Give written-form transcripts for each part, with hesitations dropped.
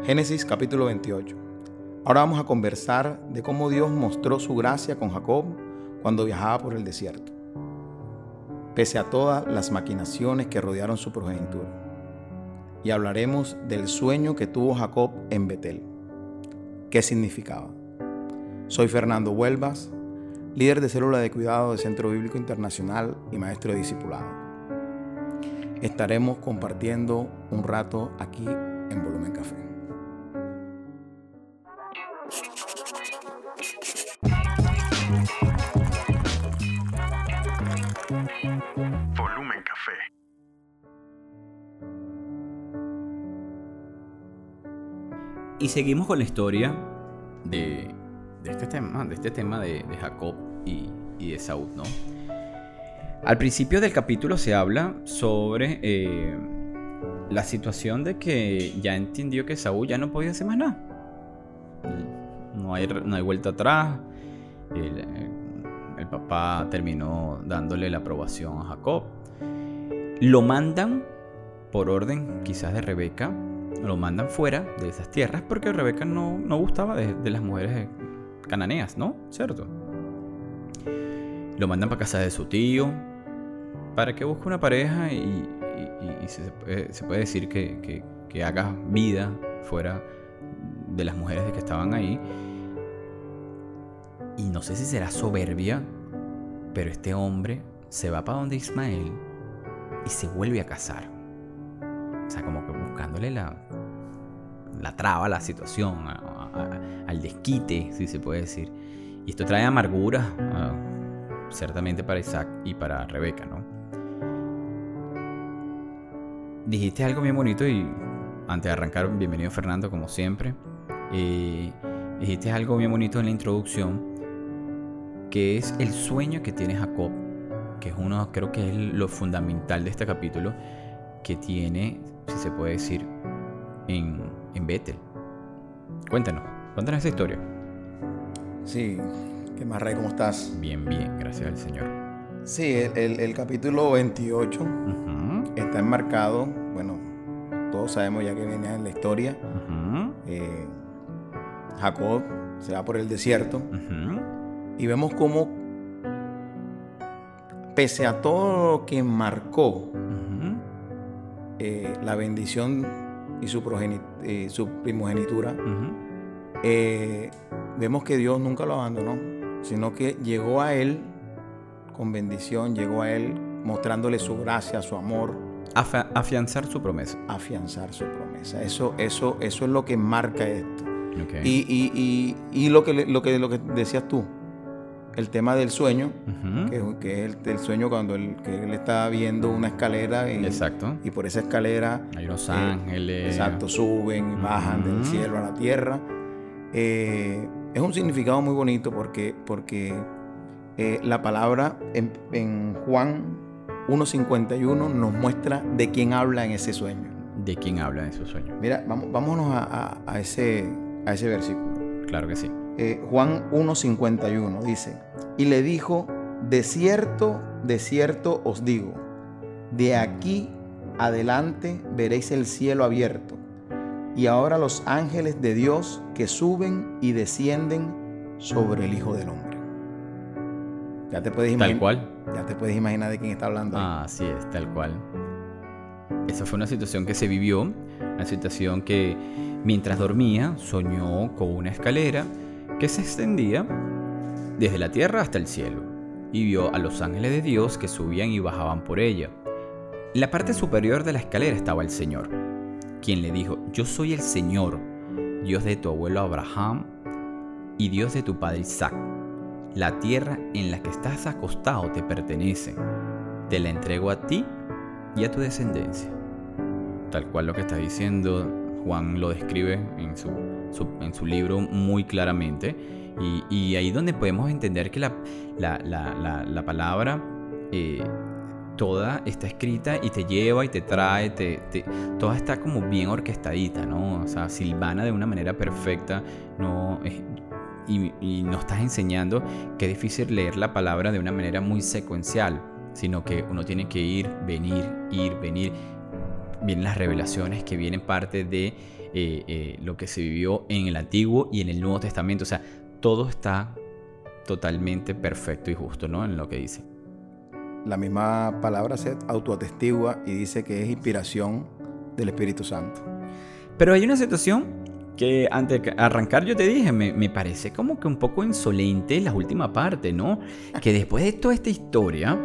Génesis capítulo 28. Ahora vamos a conversar de cómo Dios mostró su gracia con Jacob cuando viajaba por el desierto, pese a todas las maquinaciones que rodearon su progenitura. Y hablaremos del sueño que tuvo Jacob en Betel. ¿Qué significaba? Soy Fernando Huelvas, líder de célula de cuidado de Centro Bíblico Internacional y maestro de discipulado. Estaremos compartiendo un rato aquí en Volumen Café. Volumen Café. Y seguimos con la historia de este tema de Jacob y de Esaú, ¿no? Al principio del capítulo se habla sobre la situación de que ya entendió que Esaú ya no podía hacer más nada. No hay vuelta atrás. El papá terminó dándole la aprobación a Jacob. Lo mandan por orden quizás de Rebeca. Lo mandan fuera de esas tierras porque Rebeca no gustaba de las mujeres cananeas, ¿no? ¿Cierto? Lo mandan para casa de su tío para que busque una pareja y se puede decir que haga vida fuera de las mujeres que estaban ahí. Y no sé si será soberbia, pero este hombre se va para donde Ismael y se vuelve a casar. O sea, como que buscándole la traba a la situación, al desquite, si se puede decir. Y esto trae amargura, ciertamente para Isaac y para Rebeca, ¿no? Dijiste algo bien bonito y antes de arrancar, bienvenido Fernando, como siempre. Dijiste algo bien bonito en la introducción, que es el sueño que tiene Jacob, que es creo que es lo fundamental de este capítulo, que tiene, si se puede decir, en Betel. Cuéntanos esta historia. Sí, ¿qué más, Ray? ¿Cómo estás? Bien, gracias al Señor. Sí, el capítulo 28 está enmarcado, bueno, todos sabemos ya que viene en la historia. Jacob se va por el desierto y vemos cómo, pese a todo lo que marcó la bendición y su primogenitura, vemos que Dios nunca lo abandonó, sino que llegó a él con bendición, llegó a él mostrándole su gracia, su amor. Afianzar su promesa. Eso es lo que marca esto. Okay. Y lo que decías tú, el tema del sueño, que es el sueño cuando él está viendo una escalera Exacto. Y por esa escalera hay unos ángeles. Exacto, suben y bajan del cielo a la tierra. Es un significado muy bonito porque la palabra en Juan 1:51 nos muestra de quién habla en ese sueño. ¿De quién habla en ese sueño? Mira, vámonos a ese versículo. Claro que sí. Juan 1:51 dice: y le dijo, de cierto os digo, de aquí adelante veréis el cielo abierto, y ahora los ángeles de Dios que suben y descienden sobre el Hijo del Hombre. Ya te puedes imaginar. Tal cual. Ya te puedes imaginar de quién está hablando. Así es, tal cual. Esa fue una situación que se vivió, una situación que mientras dormía soñó con una escalera que se extendía desde la tierra hasta el cielo y vio a los ángeles de Dios que subían y bajaban por ella. En la parte superior de la escalera estaba el Señor, quien le dijo: yo soy el Señor, Dios de tu abuelo Abraham y Dios de tu padre Isaac. La tierra en la que estás acostado te pertenece, te la entrego a ti y a tu descendencia. Tal cual lo que está diciendo, Juan lo describe en su libro muy claramente, y ahí donde podemos entender que la palabra toda está escrita y te lleva y te trae, toda está como bien orquestadita, ¿no? O sea, silvana de una manera perfecta, ¿no? Y nos estás enseñando que es difícil leer la palabra de una manera muy secuencial, sino que uno tiene que ir, venir, vienen las revelaciones que vienen parte de lo que se vivió en el Antiguo y en el Nuevo Testamento. O sea, todo está totalmente perfecto y justo, ¿no? En lo que dice. La misma palabra se autoatestigua y dice que es inspiración del Espíritu Santo. Pero hay una situación que antes de arrancar yo te dije, me parece como que un poco insolente la última parte, ¿no? Que después de toda esta historia,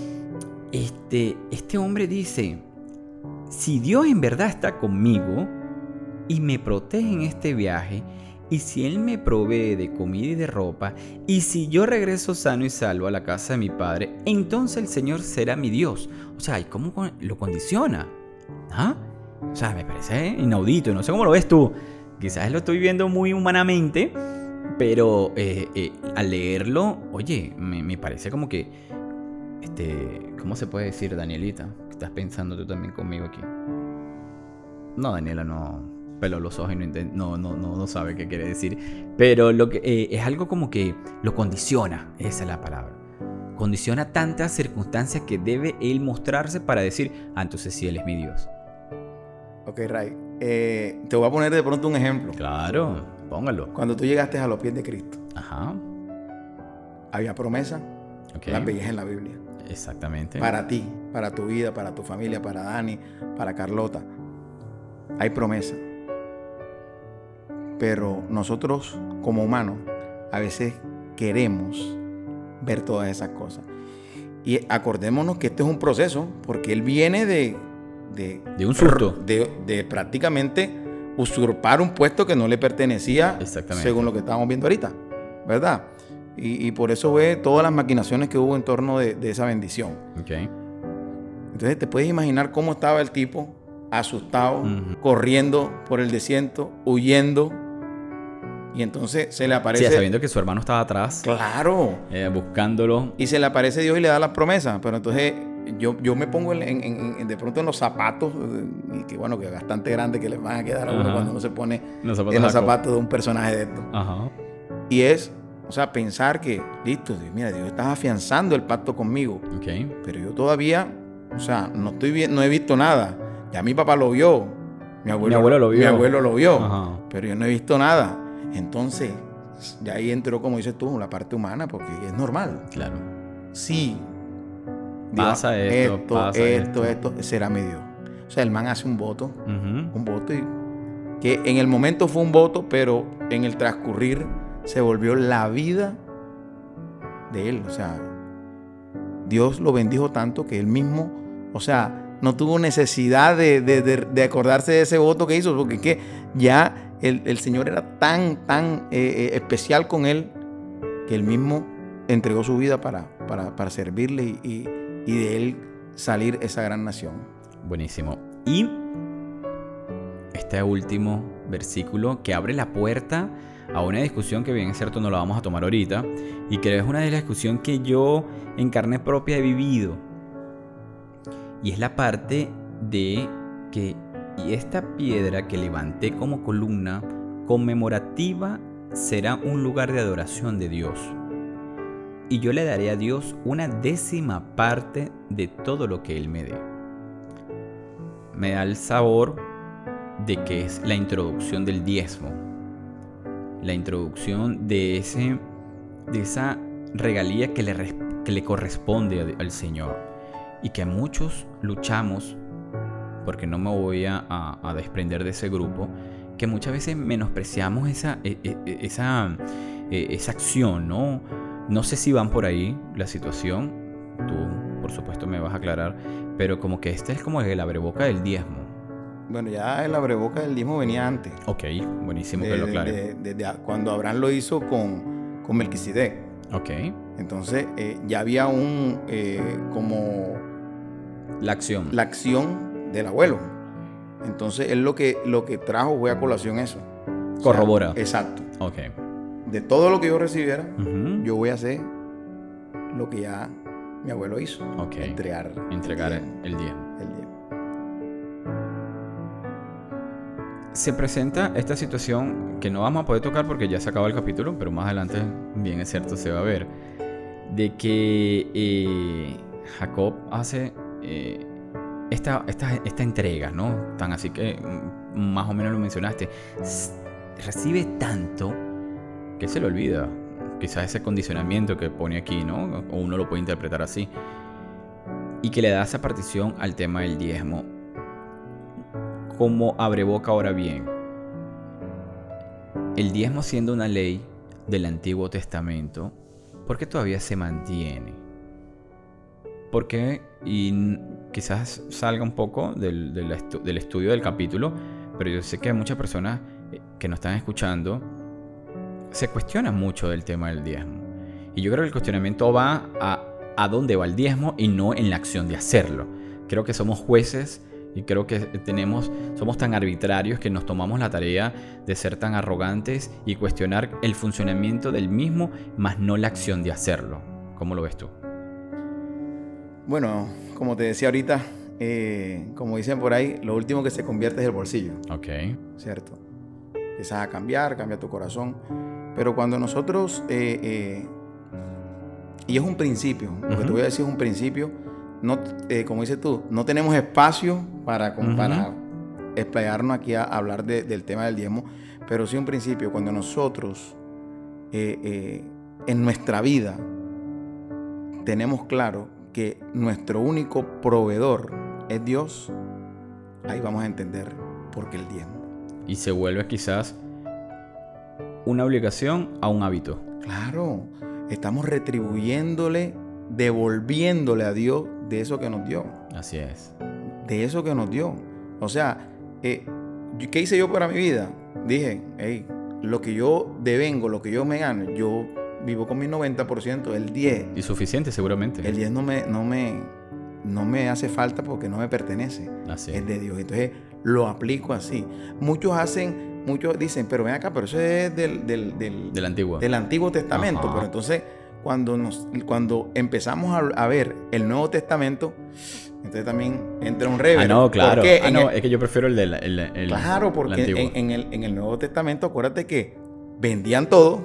este hombre dice, si Dios en verdad está conmigo y me protege en este viaje, y si Él me provee de comida y de ropa, y si yo regreso sano y salvo a la casa de mi padre, entonces el Señor será mi Dios. O sea, ¿y cómo lo condiciona? ¿Ah? O sea, me parece inaudito, no sé cómo lo ves tú. Quizás lo estoy viendo muy humanamente, pero al leerlo, oye, me parece como que, ¿cómo se puede decir, Danielita? ¿Qué estás pensando tú también conmigo aquí? No, Daniela, no peló los ojos y no sabe qué quiere decir. Pero lo que es algo como que lo condiciona, esa es la palabra. Condiciona tantas circunstancias que debe él mostrarse para decir, entonces sí, Él es mi Dios. Ok, Ray. Te voy a poner de pronto un ejemplo. Claro, póngalo. Cuando tú llegaste a los pies de Cristo, Ajá. había promesa, Okay. las veías en la Biblia. Exactamente. Para ti, para tu vida, para tu familia, para Dani, para Carlota. Hay promesa. Pero nosotros, como humanos, a veces queremos ver todas esas cosas. Y acordémonos que este es un proceso, porque él viene de un susto. De prácticamente usurpar un puesto que no le pertenecía, según lo que estábamos viendo ahorita, ¿verdad? Y por eso ve todas las maquinaciones que hubo en torno de esa bendición. Okay. Entonces te puedes imaginar cómo estaba el tipo, asustado, corriendo por el desierto, huyendo. Y entonces se le aparece... Sí, sabiendo que su hermano estaba atrás. Claro. Buscándolo. Y se le aparece Dios y le da las promesas. Pero entonces yo me pongo de pronto en los zapatos, y que bueno, que es bastante grande que les van a quedar a uno cuando uno se pone en los zapatos de un personaje de esto. Ajá. Y es, o sea, pensar que, listo, mira, Dios está afianzando el pacto conmigo. Okay. Pero yo todavía, o sea, no he visto nada. Ya mi papá lo vio. Mi abuelo lo vio. Mi abuelo lo vio. Ajá. Pero yo no he visto nada. Entonces, ya ahí entró, como dices tú, la parte humana, porque es normal. Claro. Sí. Pasa esto, esto, será mi Dios. O sea, el man hace un voto, y que en el momento fue un voto, pero en el transcurrir se volvió la vida de él. O sea, Dios lo bendijo tanto que él mismo, o sea, no tuvo necesidad de acordarse de ese voto que hizo, porque es que ya el Señor era tan especial con él que él mismo entregó su vida para servirle y de él salir esa gran nación. Buenísimo. Y este último versículo que abre la puerta a una discusión que, bien es cierto, no la vamos a tomar ahorita, y que es una de las discusiones que yo en carne propia he vivido. Y es la parte de que y esta piedra que levanté como columna conmemorativa será un lugar de adoración de Dios. Y yo le daré a Dios 1/10 parte de todo lo que Él me dé. Me da el sabor de que es la introducción del diezmo. La introducción de esa regalía que le corresponde al Señor. Y que muchos luchamos, porque no me voy a desprender de ese grupo, que muchas veces menospreciamos esa acción, ¿no? No sé si van por ahí la situación, tú por supuesto me vas a aclarar, pero como que este es como el abreboca del diezmo. Bueno, ya el abreboca del diezmo venía antes. Ok, buenísimo que lo aclare. Desde cuando Abraham lo hizo con Melquisedec. Ok. Entonces ya había como la acción del abuelo. Entonces él lo que trajo fue a colación eso. Corrobora. Exacto. Ok. De todo lo que yo recibiera, yo voy a hacer lo que ya mi abuelo hizo. Ok. Entregar el diezmo. Se presenta esta situación que no vamos a poder tocar porque ya se acaba el capítulo, pero más adelante, bien es cierto, se va a ver, de que Jacob hace esta entrega, ¿no? Tan así que más o menos lo mencionaste, recibe tanto que se le olvida quizás ese condicionamiento que pone aquí, ¿no? O uno lo puede interpretar así. Y que le da esa partición al tema del diezmo. Como abre boca ahora bien. El diezmo siendo una ley del Antiguo Testamento, ¿por qué todavía se mantiene? Porque, y quizás salga un poco del estudio del capítulo, pero yo sé que hay muchas personas que nos están escuchando se cuestionan mucho del tema del diezmo. Y yo creo que el cuestionamiento va a dónde va el diezmo y no en la acción de hacerlo. Creo que somos jueces y creo que somos tan arbitrarios que nos tomamos la tarea de ser tan arrogantes y cuestionar el funcionamiento del mismo, más no la acción de hacerlo. ¿Cómo lo ves tú? Bueno, como te decía ahorita, como dicen por ahí, lo último que se convierte es el bolsillo. Ok. ¿Cierto? Empiezas a cambia tu corazón. Pero cuando nosotros, y es un principio, lo que te voy a decir es un principio, no, como dices tú, no tenemos espacio para explayarnos aquí a hablar del tema del diezmo, pero sí un principio. Cuando nosotros en nuestra vida tenemos claro que nuestro único proveedor es Dios, ahí vamos a entender por qué el diezmo. Y se vuelve quizás una obligación a un hábito. Claro, estamos retribuyéndole, devolviéndole a Dios de eso que nos dio. Así es. De eso que nos dio. O sea, ¿qué hice yo para mi vida? Dije, hey, lo que yo devengo, lo que yo me gano, yo vivo con mi 90%, el 10%. Y suficiente seguramente. El 10% no me hace falta porque no me pertenece. Así es de Dios. Entonces lo aplico así. Muchos dicen, pero ven acá, pero eso es del Antiguo Testamento. Ajá. Pero entonces, cuando empezamos a ver el Nuevo Testamento, entonces también entra un rever. No, claro. Es que yo prefiero el Claro, porque el en el Nuevo Testamento, acuérdate que vendían todo,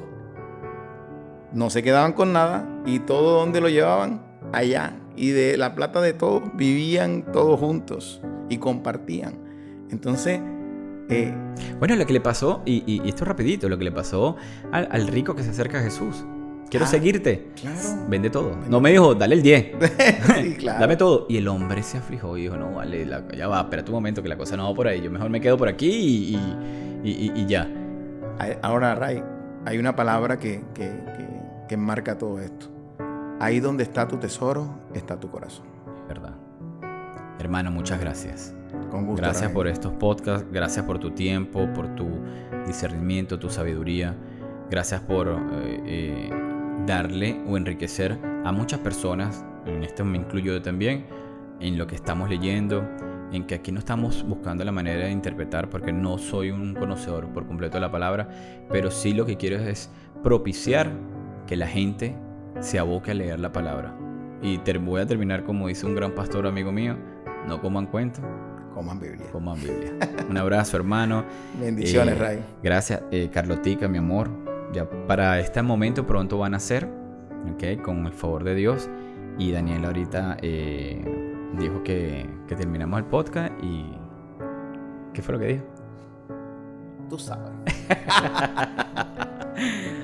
no se quedaban con nada, y todo donde lo llevaban, allá. Y de la plata de todos, vivían todos juntos y compartían. Entonces... bueno, lo que le pasó, y esto rapidito, lo que le pasó al rico que se acerca a Jesús. Quiero seguirte. Claro. Vende todo. No me dijo, dale el 10. Sí, claro. Dame todo. Y el hombre se aflijó y dijo, no, vale, ya va, espera un momento que la cosa no va por ahí. Yo mejor me quedo por aquí y ya. Ahora, Ray, hay una palabra que enmarca todo esto. Ahí donde está tu tesoro, está tu corazón. Verdad. Hermano, muchas gracias. Con gusto. Gracias Ray. por estos podcasts, gracias por tu tiempo, por tu discernimiento, tu sabiduría. Gracias por darle o enriquecer a muchas personas, en esto me incluyo yo también, en lo que estamos leyendo, en que aquí no estamos buscando la manera de interpretar, porque no soy un conocedor por completo de la palabra, pero sí lo que quiero es propiciar que la gente se aboque a leer la palabra. Y voy a terminar como dice un gran pastor amigo mío: no coman cuento, coman Biblia. Coman Biblia. Un abrazo, hermano. Bendiciones, Ray. Gracias, Carlotica, mi amor. Ya para este momento pronto van a ser, ¿okay? Con el favor de Dios. Y Daniel ahorita dijo que terminamos el podcast y... ¿Qué fue lo que dijo? Tú sabes.